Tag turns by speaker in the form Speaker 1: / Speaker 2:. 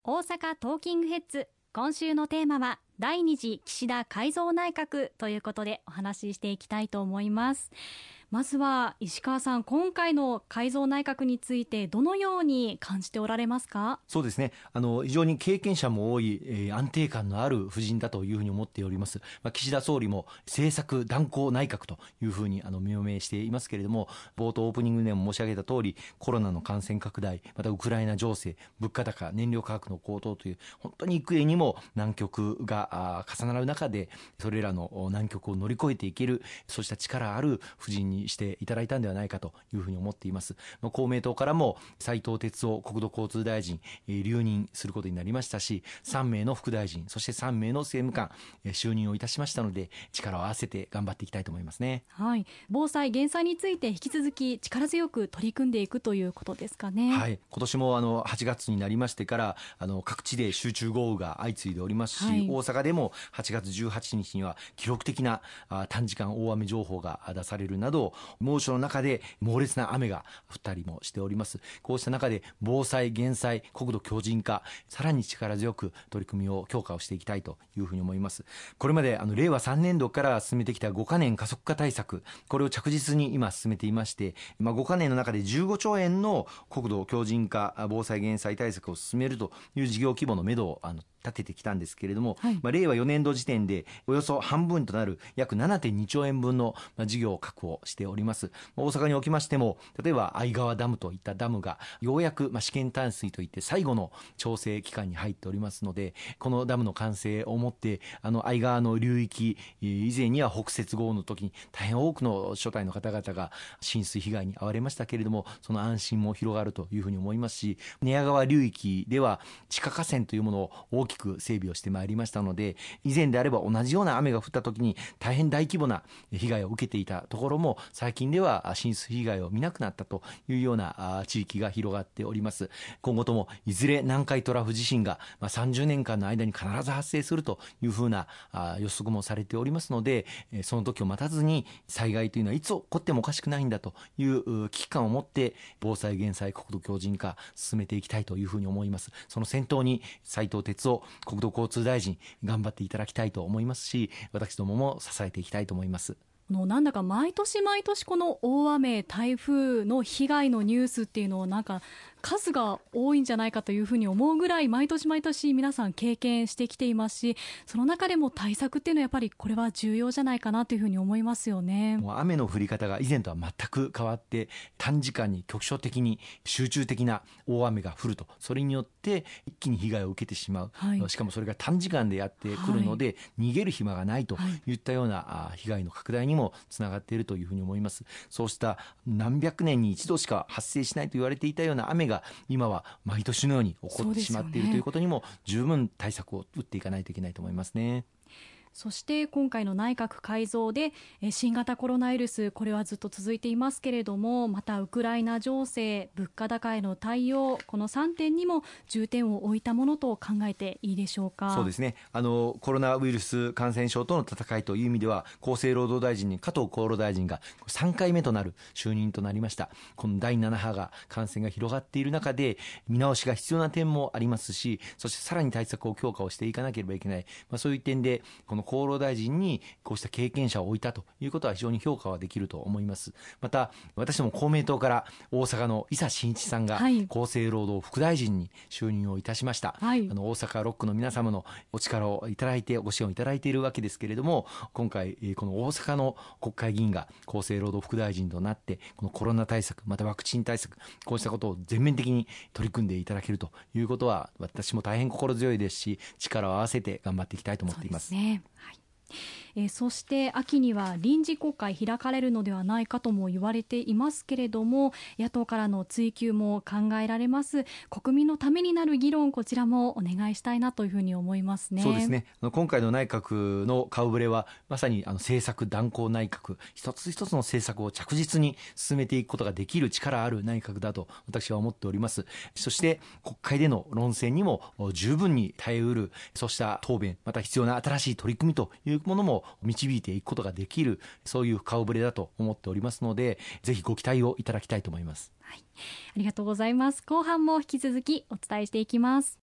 Speaker 1: 大阪トーキングヘッズ、今週のテーマは第2次岸田改造内閣ということでお話ししていきたいと思います。まずは石川さん、今回の改造内閣についてどのように感じておられますか？
Speaker 2: そうですね、非常に経験者も多い、安定感のある布陣だというふうに思っております。岸田総理も政策断行内閣というふうに命名していますけれども、冒頭オープニングでも申し上げた通り、コロナの感染拡大、またウクライナ情勢、物価高、燃料価格の高騰という本当に幾重にも難局が重なる中で、それらの難局を乗り越えていける、そうした力ある布陣にしていただいたんではないかというふうに思っています。公明党からも斉藤鉄夫国土交通大臣留任することになりましたし、3名の副大臣、そして3名の政務官就任をいたしましたので、力を合わせて頑張っていきたいと思いますね。
Speaker 1: はい、防災減災について引き続き力強く取り組んでいくということですかね。
Speaker 2: はい、今年も8月になりましてから各地で集中豪雨が相次いでおりますし、
Speaker 1: はい、
Speaker 2: 大阪でも8月18日には記録的な短時間大雨情報が出されるなど、猛暑の中で猛烈な雨が降ったりもしております。こうした中で防災減災、国土強靭化、さらに力強く取り組みを強化をしていきたいというふうに思います。これまで令和3年度から進めてきた5カ年加速化対策、これを着実に今進めていまして、5カ年の中で15兆円の国土強靭化防災減災対策を進めるという事業規模のめどを立ててきたんですけれども、はい、令和4年度時点でおよそ半分となる約 7.2 兆円分の事業を確保しております。大阪におきましても、例えば相川ダムといったダムがようやく試験淡水といって最後の調整期間に入っておりますので、このダムの完成をもって相川の流域、以前には北雪豪雨の時に大変多くの所帯の方々が浸水被害に遭われましたけれども、その安心も広がるというふうに思いますし、寝屋川流域では地下河川というものを大きく整備をしてまいりましたので、以前であれば同じような雨が降った時に大変大規模な被害を受けていたところも、最近では浸水被害を見なくなったというような地域が広がっております。今後ともいずれ南海トラフ地震が30年間の間に必ず発生するというふうな予測もされておりますので、その時を待たずに災害というのはいつ起こってもおかしくないんだという危機感を持って防災減災国土強靭化進めていきたいというふうに思います。その先頭に斉藤鉄夫国土交通大臣頑張っていただきたいと思いますし、私どもも支えていきたいと思います。
Speaker 1: なんだか毎年毎年この大雨台風の被害のニュースっていうのをなんか数が多いんじゃないかというふうに思うぐらい毎年毎年皆さん経験してきていますし、その中でも対策っていうのはやっぱりこれは重要じゃないかなというふうに思いますよね。
Speaker 2: もう雨の降り方が以前とは全く変わって、短時間に局所的に集中的な大雨が降ると、それによって一気に被害を受けてしまう、はい、しかもそれが短時間でやってくるので、はい、逃げる暇がないといったような被害の拡大にもつながっているというふうに思います。そうした何百年に一度しか発生しないと言われていたような雨が今は毎年のように起こってしまっているということにも十分対策を打っていかないといけないと思いますね。
Speaker 1: そして今回の内閣改造で新型コロナウイルス、これはずっと続いていますけれども、またウクライナ情勢、物価高への対応、この3点にも重点を置いたものと考えていいでしょうか。
Speaker 2: そうですね、コロナウイルス感染症との戦いという意味では、厚生労働大臣に加藤厚労大臣が3回目となる就任となりました。この第7波が感染が広がっている中で見直しが必要な点もありますし、そしてさらに対策を強化をしていかなければいけない、そういう点でこの厚労大臣にこうした経験者を置いたということは非常に評価はできると思います。また私ども公明党から大阪の伊佐真一さんが厚生労働副大臣に就任をいたしました、はい、大阪6区の皆様のお力をいただいてご支援をいただいているわけですけれども、今回この大阪の国会議員が厚生労働副大臣となって、このコロナ対策、またワクチン対策、こうしたことを全面的に取り組んでいただけるということは、私も大変心強いですし、力を合わせて頑張っていきたいと思っています。
Speaker 1: そうですね、はい。そして秋には臨時国会開かれるのではないかとも言われていますけれども、野党からの追及も考えられます。国民のためになる議論、こちらもお願いしたいなというふうに思いますね。
Speaker 2: そうですね、今回の内閣の顔ぶれはまさに政策断行内閣、一つ一つの政策を着実に進めていくことができる力ある内閣だと私は思っております。そして国会での論戦にも十分に耐えうる、そうした答弁、また必要な新しい取り組みというものも導いていくことができる、そういう顔ぶれだと思っておりますので、ぜひご期待をいただきたいと思います。
Speaker 1: はい、ありがとうございます。後半も引き続きお伝えしていきます。